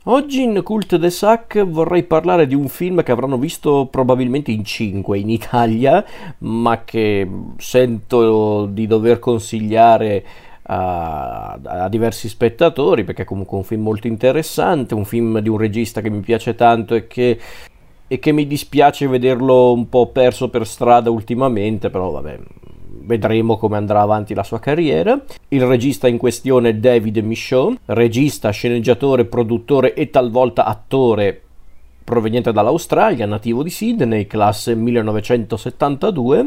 Oggi in Cult de Sac vorrei parlare di un film che avranno visto probabilmente in 5 in Italia, ma che sento di dover consigliare a diversi spettatori, perché è comunque un film molto interessante, un film di un regista che mi piace tanto e che mi dispiace vederlo un po' perso per strada ultimamente, però vabbè, vedremo come andrà avanti la sua carriera. Il regista in questione è David Michôd, regista, sceneggiatore, produttore e talvolta attore proveniente dall'Australia, nativo di Sydney, classe 1972.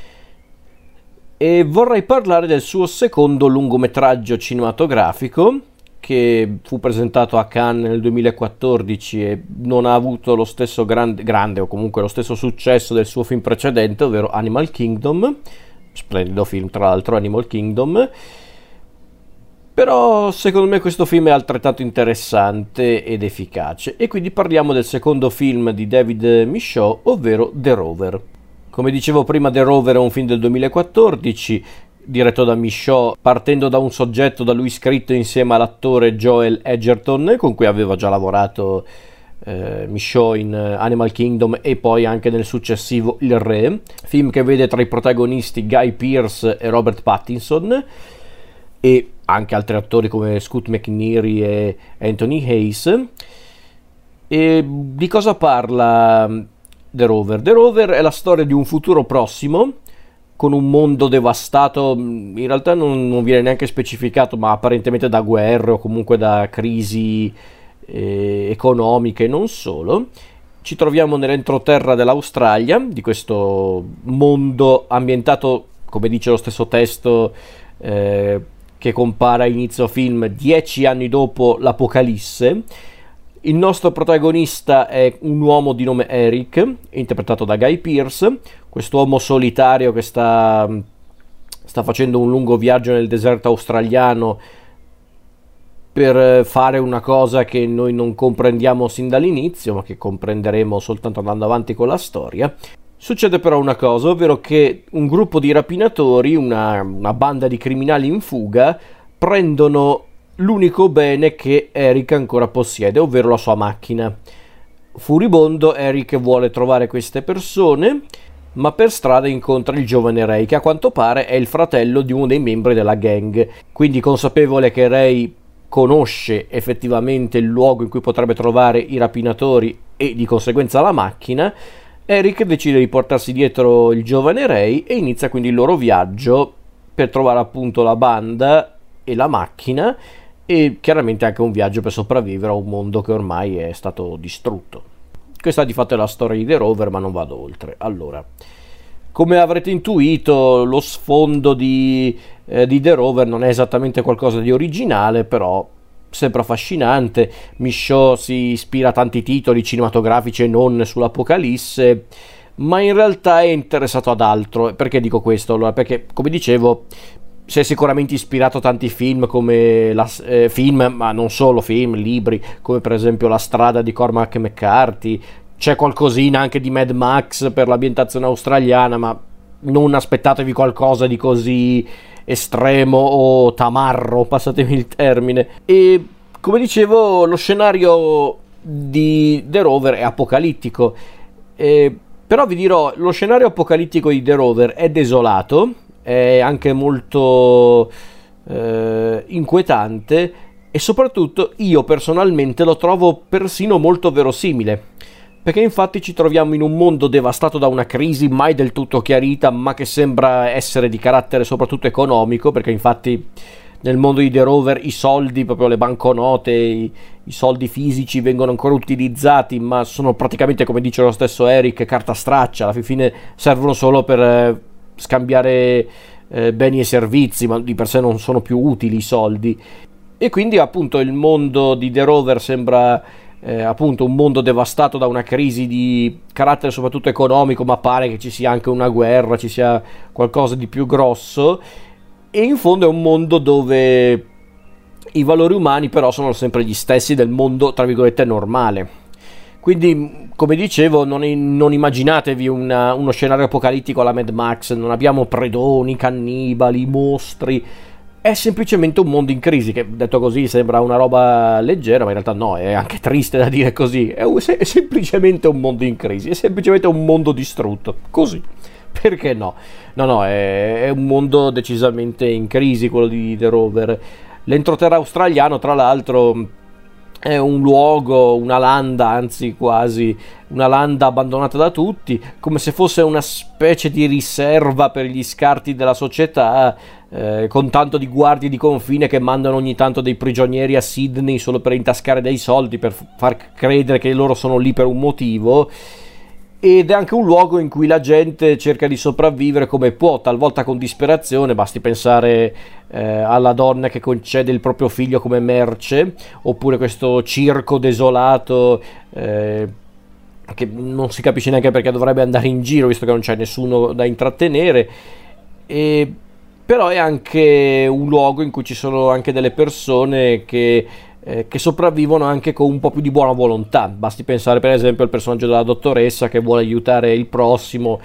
E vorrei parlare del suo secondo lungometraggio cinematografico, che fu presentato a Cannes nel 2014 e non ha avuto lo stesso grande o comunque lo stesso successo del suo film precedente, ovvero Animal Kingdom. Splendido film, tra l'altro, Animal Kingdom. Però secondo me questo film è altrettanto interessante ed efficace, e quindi parliamo del secondo film di David Michôd, ovvero The Rover. Come dicevo prima, The Rover è un film del 2014 diretto da Michôd, partendo da un soggetto da lui scritto insieme all'attore Joel Edgerton, con cui aveva già lavorato Michôd in Animal Kingdom e poi anche nel successivo Il Re, film che vede tra i protagonisti Guy Pearce e Robert Pattinson, e anche altri attori come Scoot McNairy e Anthony Hayes. E di cosa parla The Rover? The Rover è la storia di un futuro prossimo con un mondo devastato, in realtà non viene neanche specificato, ma apparentemente da guerre o comunque da crisi economiche, non solo. Ci troviamo nell'entroterra dell'Australia, di questo mondo ambientato, come dice lo stesso testo che compara a inizio film, 10 anni dopo l'Apocalisse. Il nostro protagonista è un uomo di nome Eric, interpretato da Guy Pearce, quest'uomo solitario che sta facendo un lungo viaggio nel deserto australiano per fare una cosa che noi non comprendiamo sin dall'inizio, ma che comprenderemo soltanto andando avanti con la storia. Succede però una cosa, ovvero che un gruppo di rapinatori, una banda di criminali in fuga, prendono l'unico bene che Eric ancora possiede, ovvero la sua macchina. Furibondo, Eric vuole trovare queste persone, ma per strada incontra il giovane Ray, che a quanto pare è il fratello di uno dei membri della gang. Quindi, consapevole che Ray conosce effettivamente il luogo in cui potrebbe trovare i rapinatori e di conseguenza la macchina, Eric decide di portarsi dietro il giovane Ray e inizia quindi il loro viaggio per trovare appunto la banda e la macchina, e chiaramente anche un viaggio per sopravvivere a un mondo che ormai è stato distrutto. Questa di fatto è la storia di The Rover, ma non vado oltre. Allora, come avrete intuito, lo sfondo di The Rover non è esattamente qualcosa di originale, però sempre affascinante. Michôd si ispira a tanti titoli cinematografici e non sull'Apocalisse, ma in realtà è interessato ad altro. Perché dico questo? Allora, perché, come dicevo, si è sicuramente ispirato a tanti film, come film, ma non solo film, libri, come per esempio La strada di Cormac McCarthy. C'è qualcosina anche di Mad Max per l'ambientazione australiana, ma non aspettatevi qualcosa di così estremo o tamarro, passatemi il termine. E come dicevo, lo scenario di The Rover è apocalittico, però vi dirò, lo scenario apocalittico di The Rover è desolato, è anche molto inquietante, e soprattutto io personalmente lo trovo persino molto verosimile, perché infatti ci troviamo in un mondo devastato da una crisi mai del tutto chiarita, ma che sembra essere di carattere soprattutto economico, perché infatti nel mondo di The Rover i soldi, proprio le banconote, i soldi fisici vengono ancora utilizzati, ma sono praticamente, come dice lo stesso Eric, carta straccia. Alla fine servono solo per scambiare beni e servizi, ma di per sé non sono più utili i soldi. E quindi appunto il mondo di The Rover sembra appunto un mondo devastato da una crisi di carattere soprattutto economico, ma pare che ci sia anche una guerra, ci sia qualcosa di più grosso, e in fondo è un mondo dove i valori umani però sono sempre gli stessi del mondo tra virgolette normale. Quindi, come dicevo, non immaginatevi uno scenario apocalittico alla Mad Max. Non abbiamo predoni, cannibali, mostri. è semplicemente un mondo in crisi, che detto così sembra una roba leggera, ma in realtà no, è anche triste da dire così. È semplicemente un mondo in crisi, è semplicemente un mondo distrutto, così. Perché no? No, è un mondo decisamente in crisi quello di The Rover. L'entroterra australiano, tra l'altro, è un luogo, una landa, anzi quasi una landa abbandonata da tutti, come se fosse una specie di riserva per gli scarti della società, con tanto di guardie di confine che mandano ogni tanto dei prigionieri a Sydney solo per intascare dei soldi, per far credere che loro sono lì per un motivo. Ed è anche un luogo in cui la gente cerca di sopravvivere come può, talvolta con disperazione. Basti pensare alla donna che concede il proprio figlio come merce, oppure questo circo desolato che non si capisce neanche perché dovrebbe andare in giro, visto che non c'è nessuno da intrattenere. Però è anche un luogo in cui ci sono anche delle persone che sopravvivono anche con un po' più di buona volontà. Basti pensare per esempio al personaggio della dottoressa che vuole aiutare il prossimo,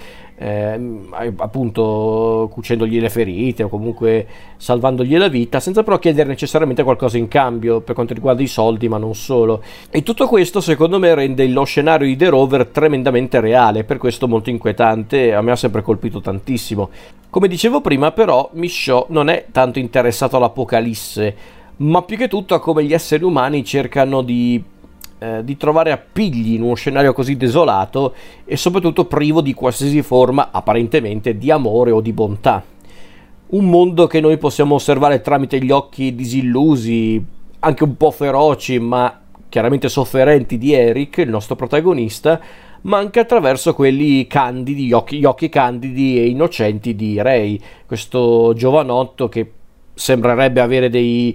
appunto cucendogli le ferite o comunque salvandogli la vita, senza però chiedere necessariamente qualcosa in cambio per quanto riguarda i soldi, ma non solo. E tutto questo secondo me rende lo scenario di The Rover tremendamente reale, per questo molto inquietante. A me ha sempre colpito tantissimo. Come dicevo prima, però, Michaud non è tanto interessato all'apocalisse, ma più che tutto a come gli esseri umani cercano di trovare appigli in uno scenario così desolato e soprattutto privo di qualsiasi forma apparentemente di amore o di bontà. Un mondo che noi possiamo osservare tramite gli occhi disillusi, anche un po' feroci ma chiaramente sofferenti di Eric, il nostro protagonista, ma anche attraverso quelli candidi, gli occhi candidi e innocenti di Ray, questo giovanotto che sembrerebbe avere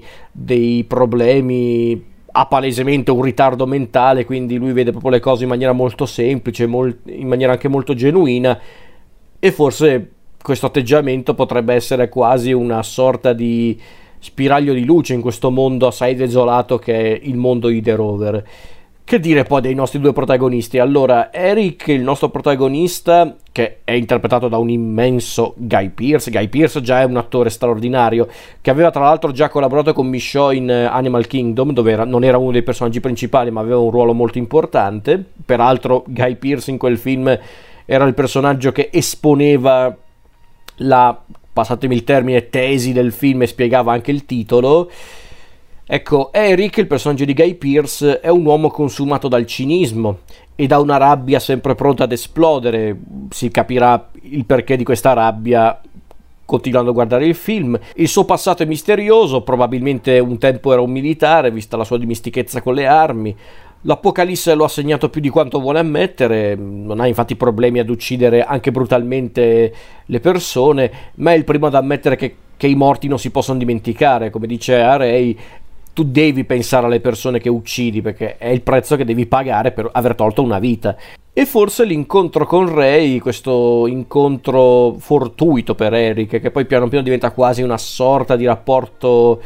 dei problemi, ha palesemente un ritardo mentale, quindi lui vede proprio le cose in maniera molto semplice, in maniera anche molto genuina, e forse questo atteggiamento potrebbe essere quasi una sorta di spiraglio di luce in questo mondo assai desolato che è il mondo di The Rover. Che dire poi dei nostri due protagonisti? Allora, Eric, il nostro protagonista, che è interpretato da un immenso Guy Pearce. Guy Pearce già è un attore straordinario, che aveva tra l'altro già collaborato con Michaud in Animal Kingdom, dove non era uno dei personaggi principali, ma aveva un ruolo molto importante. Peraltro Guy Pearce in quel film era il personaggio che esponeva la, passatemi il termine, tesi del film e spiegava anche il titolo. Ecco, Eric, il personaggio di Guy Pearce, è un uomo consumato dal cinismo e da una rabbia sempre pronta ad esplodere. Si capirà il perché di questa rabbia continuando a guardare il film. Il suo passato è misterioso, probabilmente un tempo era un militare, vista la sua dimestichezza con le armi. L'Apocalisse lo ha segnato più di quanto vuole ammettere, non ha infatti problemi ad uccidere anche brutalmente le persone, ma è il primo ad ammettere che i morti non si possono dimenticare. Come dice a Ray, tu devi pensare alle persone che uccidi, perché è il prezzo che devi pagare per aver tolto una vita. E forse l'incontro con Ray, questo incontro fortuito per Eric, che poi piano piano diventa quasi una sorta di rapporto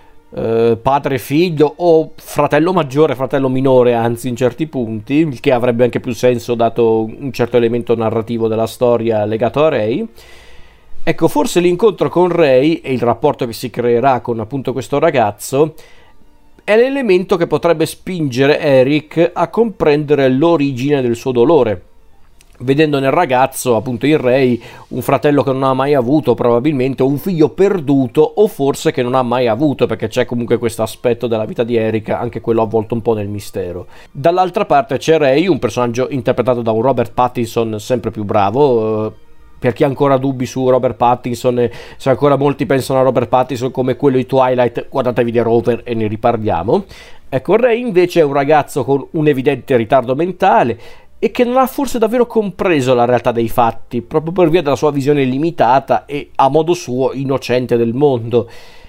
padre-figlio o fratello maggiore, fratello minore, anzi in certi punti, il che avrebbe anche più senso dato un certo elemento narrativo della storia legato a Ray. Ecco, forse l'incontro con Ray e il rapporto che si creerà con appunto questo ragazzo è l'elemento che potrebbe spingere Eric a comprendere l'origine del suo dolore, vedendo nel ragazzo, appunto in Ray, un fratello che non ha mai avuto probabilmente, un figlio perduto, o forse che non ha mai avuto, perché c'è comunque questo aspetto della vita di Eric, anche quello avvolto un po' nel mistero. Dall'altra parte c'è Ray, un personaggio interpretato da un Robert Pattinson sempre più bravo. Per chi ha ancora dubbi su Robert Pattinson, se ancora molti pensano a Robert Pattinson come quello di Twilight, guardatevi The Rover e ne riparliamo. Ecco, Ray invece è un ragazzo con un evidente ritardo mentale e che non ha forse davvero compreso la realtà dei fatti, proprio per via della sua visione limitata e a modo suo innocente del mondo.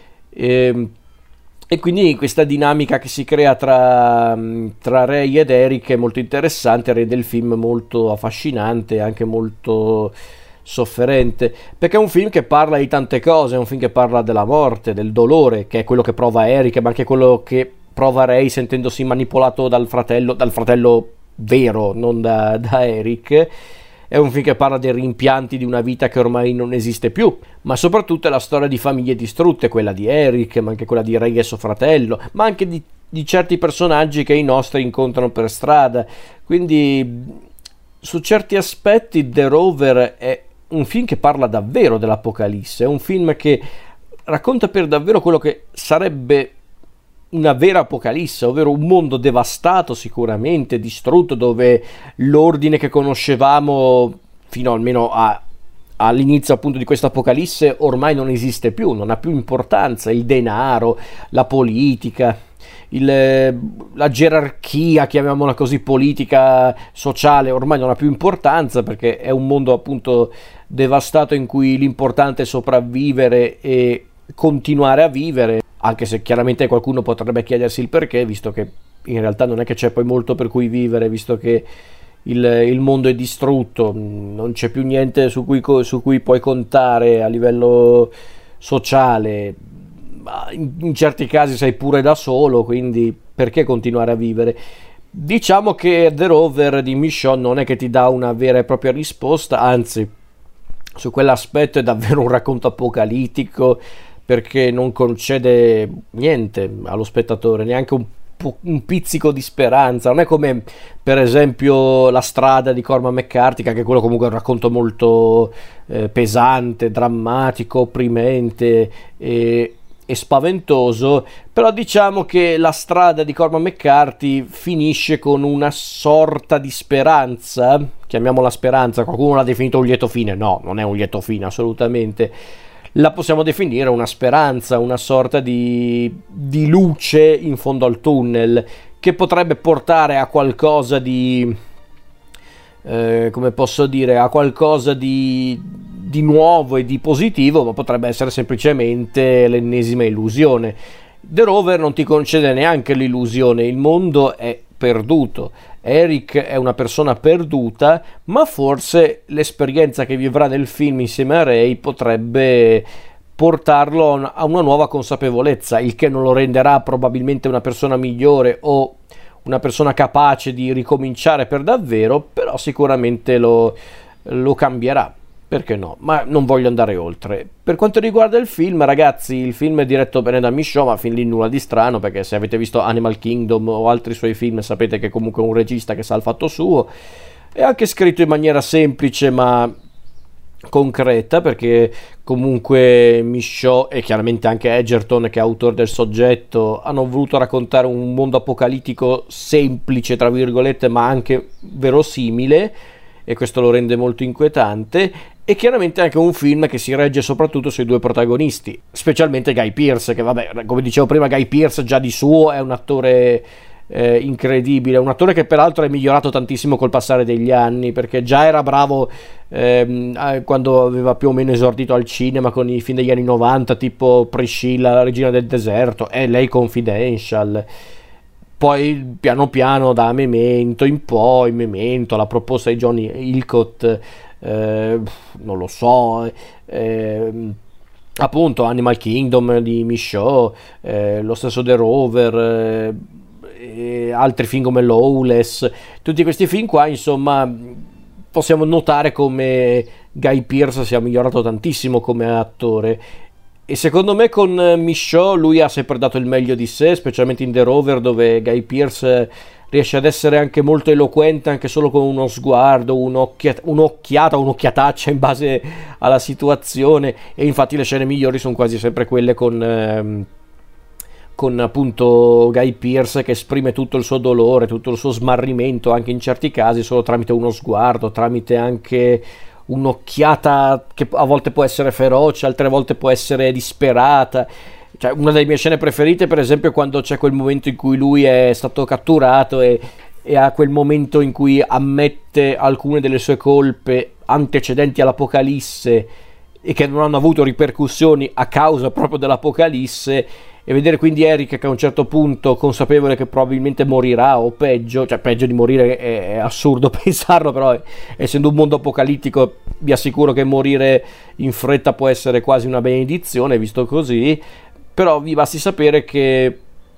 E quindi questa dinamica che si crea tra Ray ed Eric è molto interessante, rende il film molto affascinante e anche molto sofferente, perché è un film che parla di tante cose, è un film che parla della morte, del dolore, che è quello che prova Eric, ma anche quello che prova Ray sentendosi manipolato dal fratello vero, non da Eric. è un film che parla dei rimpianti di una vita che ormai non esiste più, ma soprattutto è la storia di famiglie distrutte, quella di Eric, ma anche quella di Ray e suo fratello, ma anche di certi personaggi che i nostri incontrano per strada. Quindi su certi aspetti The Rover è un film che parla davvero dell'apocalisse, è un film che racconta per davvero quello che sarebbe una vera apocalisse, ovvero un mondo devastato, sicuramente distrutto, dove l'ordine che conoscevamo fino almeno all'inizio appunto di questa apocalisse ormai non esiste più, non ha più importanza, il denaro, la politica, la gerarchia, chiamiamola così, politica, sociale, ormai non ha più importanza, perché è un mondo appunto devastato in cui l'importante è sopravvivere e continuare a vivere, anche se chiaramente qualcuno potrebbe chiedersi il perché, visto che in realtà non è che c'è poi molto per cui vivere, visto che il mondo è distrutto, non c'è più niente su cui puoi contare a livello sociale, in certi casi sei pure da solo, quindi perché continuare a vivere? Diciamo che The Rover di Michôd non è che ti dà una vera e propria risposta, anzi su quell'aspetto è davvero un racconto apocalittico, perché non concede niente allo spettatore, neanche un pizzico di speranza. Non è come per esempio La strada di Cormac McCarthy, che quello comunque è un racconto molto pesante, drammatico, opprimente e spaventoso, però diciamo che La strada di Cormac McCarthy finisce con una sorta di speranza, chiamiamola speranza, qualcuno l'ha definito un lieto fine, no, non è un lieto fine assolutamente, la possiamo definire una speranza, una sorta di luce in fondo al tunnel, che potrebbe portare a qualcosa di come posso dire, a qualcosa di nuovo e di positivo, ma potrebbe essere semplicemente l'ennesima illusione. The Rover non ti concede neanche l'illusione, il mondo è perduto, Eric è una persona perduta, ma forse l'esperienza che vivrà nel film insieme a Ray potrebbe portarlo a una nuova consapevolezza, il che non lo renderà probabilmente una persona migliore o una persona capace di ricominciare per davvero, però sicuramente lo cambierà. Perché no? Ma non voglio andare oltre. Per quanto riguarda il film, ragazzi, il film è diretto bene da Michôd, ma fin lì nulla di strano, perché se avete visto Animal Kingdom o altri suoi film sapete che comunque è un regista che sa il fatto suo. È anche scritto in maniera semplice ma concreta, perché comunque Michôd e chiaramente anche Edgerton, che è autore del soggetto, hanno voluto raccontare un mondo apocalittico semplice, tra virgolette, ma anche verosimile, e questo lo rende molto inquietante. E chiaramente anche un film che si regge soprattutto sui due protagonisti, specialmente Guy Pearce, che vabbè, come dicevo prima, Guy Pearce già di suo è un attore incredibile, un attore che peraltro è migliorato tantissimo col passare degli anni, perché già era bravo quando aveva più o meno esordito al cinema con i film degli anni 90, tipo Priscilla, la regina del deserto, e LA Confidential. Poi piano piano da Memento in poi, Memento, la proposta di Johnny Hillcoat, non lo so, appunto Animal Kingdom di Michôd, lo stesso The Rover, altri film come Lawless, tutti questi film qua, insomma, possiamo notare come Guy Pearce sia migliorato tantissimo come attore. E secondo me con Michôd lui ha sempre dato il meglio di sé, specialmente in The Rover, dove Guy Pearce riesce ad essere anche molto eloquente, anche solo con uno sguardo, un'occhiataccia in base alla situazione. E infatti le scene migliori sono quasi sempre quelle con appunto Guy Pearce, che esprime tutto il suo dolore, tutto il suo smarrimento, anche in certi casi solo tramite uno sguardo, tramite anche un'occhiata che a volte può essere feroce, altre volte può essere disperata. Cioè, una delle mie scene preferite, per esempio, è quando c'è quel momento in cui lui è stato catturato e ha quel momento in cui ammette alcune delle sue colpe antecedenti all'Apocalisse e che non hanno avuto ripercussioni a causa proprio dell'Apocalisse, e vedere quindi Eric che a un certo punto, consapevole che probabilmente morirà, o peggio, cioè peggio di morire è assurdo pensarlo, però essendo un mondo apocalittico vi assicuro che morire in fretta può essere quasi una benedizione visto così. Però vi basti sapere che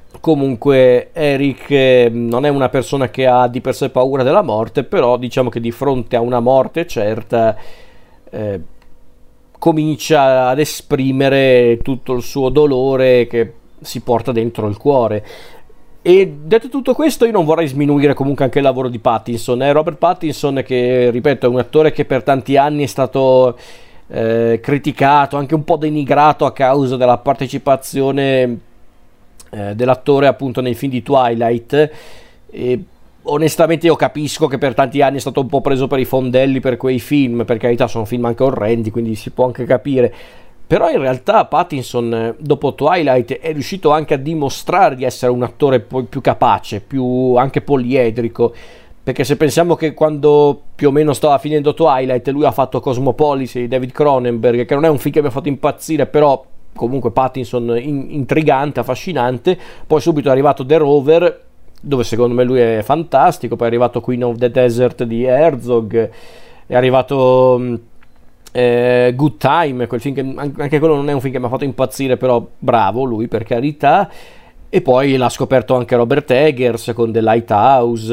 Comunque Eric non è una persona che ha di per sé paura della morte, però diciamo che di fronte a una morte certa eh, comincia ad esprimere tutto il suo dolore che si porta dentro il cuore. E detto tutto questo, io non vorrei sminuire comunque anche il lavoro di Pattinson. Robert Pattinson, che ripeto è un attore che per tanti anni è stato criticato, anche un po' denigrato a causa della partecipazione dell'attore appunto nei film di Twilight. E onestamente io capisco che per tanti anni è stato un po' preso per i fondelli per quei film, per carità sono film anche orrendi, quindi si può anche capire. Però in realtà Pattinson dopo Twilight è riuscito anche a dimostrare di essere un attore poi più capace, più anche poliedrico, perché se pensiamo che quando più o meno stava finendo Twilight lui ha fatto Cosmopolisi di David Cronenberg, che non è un film che mi ha fatto impazzire, però comunque Pattinson intrigante, affascinante. Poi subito è arrivato The Rover, dove secondo me lui è fantastico. Poi è arrivato Queen of the Desert di Herzog, è arrivato Good Time, quel film che anche quello non è un film che mi ha fatto impazzire, però bravo lui, per carità. E poi l'ha scoperto anche Robert Eggers con The Lighthouse,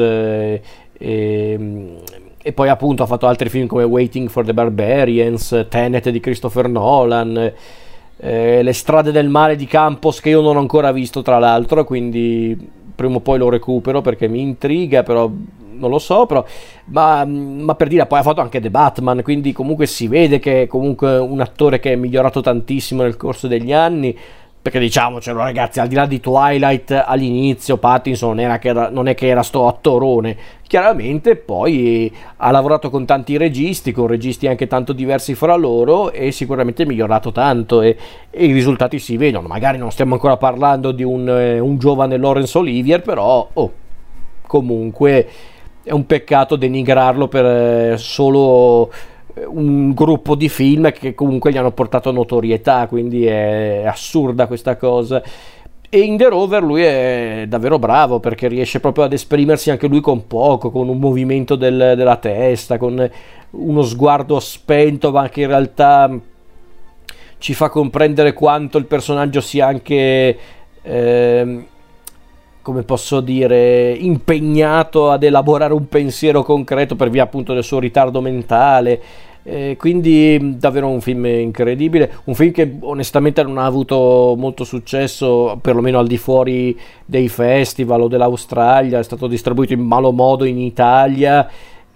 e poi appunto ha fatto altri film come Waiting for the Barbarians, Tenet di Christopher Nolan, Le strade del male di Campos, che io non ho ancora visto tra l'altro, quindi prima o poi lo recupero perché mi intriga, però non lo so. Però ma per dire, poi ha fatto anche The Batman, quindi comunque si vede che è comunque un attore che è migliorato tantissimo nel corso degli anni. Perché diciamocelo ragazzi, al di là di Twilight all'inizio Pattinson non è che era sto attorone, chiaramente poi ha lavorato con tanti registi, con registi anche tanto diversi fra loro, e sicuramente è migliorato tanto, e i risultati si vedono. Magari non stiamo ancora parlando di un giovane Laurence Olivier, però comunque è un peccato denigrarlo per solo un gruppo di film che comunque gli hanno portato notorietà, quindi è assurda questa cosa. E in The Rover lui è davvero bravo, perché riesce proprio ad esprimersi anche lui con poco, con un movimento della testa, con uno sguardo spento, ma che in realtà ci fa comprendere quanto il personaggio sia anche come posso dire, impegnato ad elaborare un pensiero concreto per via appunto del suo ritardo mentale. Quindi davvero un film incredibile, un film che onestamente non ha avuto molto successo, perlomeno al di fuori dei festival o dell'Australia. È stato distribuito in malo modo in Italia,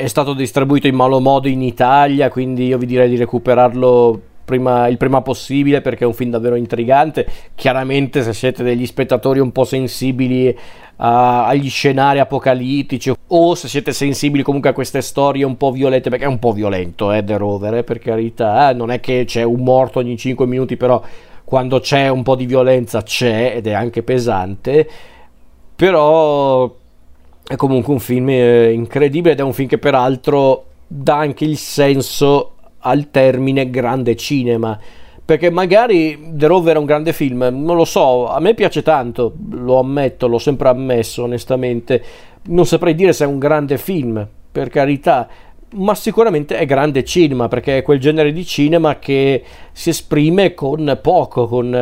quindi io vi direi di recuperarlo il prima possibile, perché è un film davvero intrigante. Chiaramente se siete degli spettatori un po' sensibili agli scenari apocalittici, o se siete sensibili comunque a queste storie un po' violente, perché è un po' violento The Rover, per carità, non è che c'è un morto ogni 5 minuti, però quando c'è un po' di violenza c'è, ed è anche pesante. Però è comunque un film incredibile, ed è un film che peraltro dà anche il senso al termine grande cinema, perché magari The Rover è un grande film, non lo so, a me piace tanto, lo ammetto, l'ho sempre ammesso onestamente, non saprei dire se è un grande film, per carità, ma sicuramente è grande cinema, perché è quel genere di cinema che si esprime con poco, con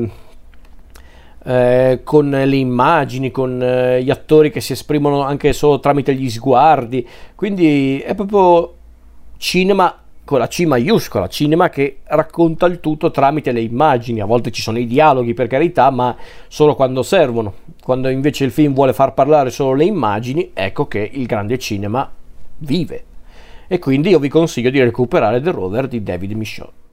le immagini, con gli attori che si esprimono anche solo tramite gli sguardi, quindi è proprio cinema con la C maiuscola, cinema che racconta il tutto tramite le immagini. A volte ci sono i dialoghi, per carità, ma solo quando servono. Quando invece il film vuole far parlare solo le immagini, ecco che il grande cinema vive. E quindi io vi consiglio di recuperare The Rover di David Michôd.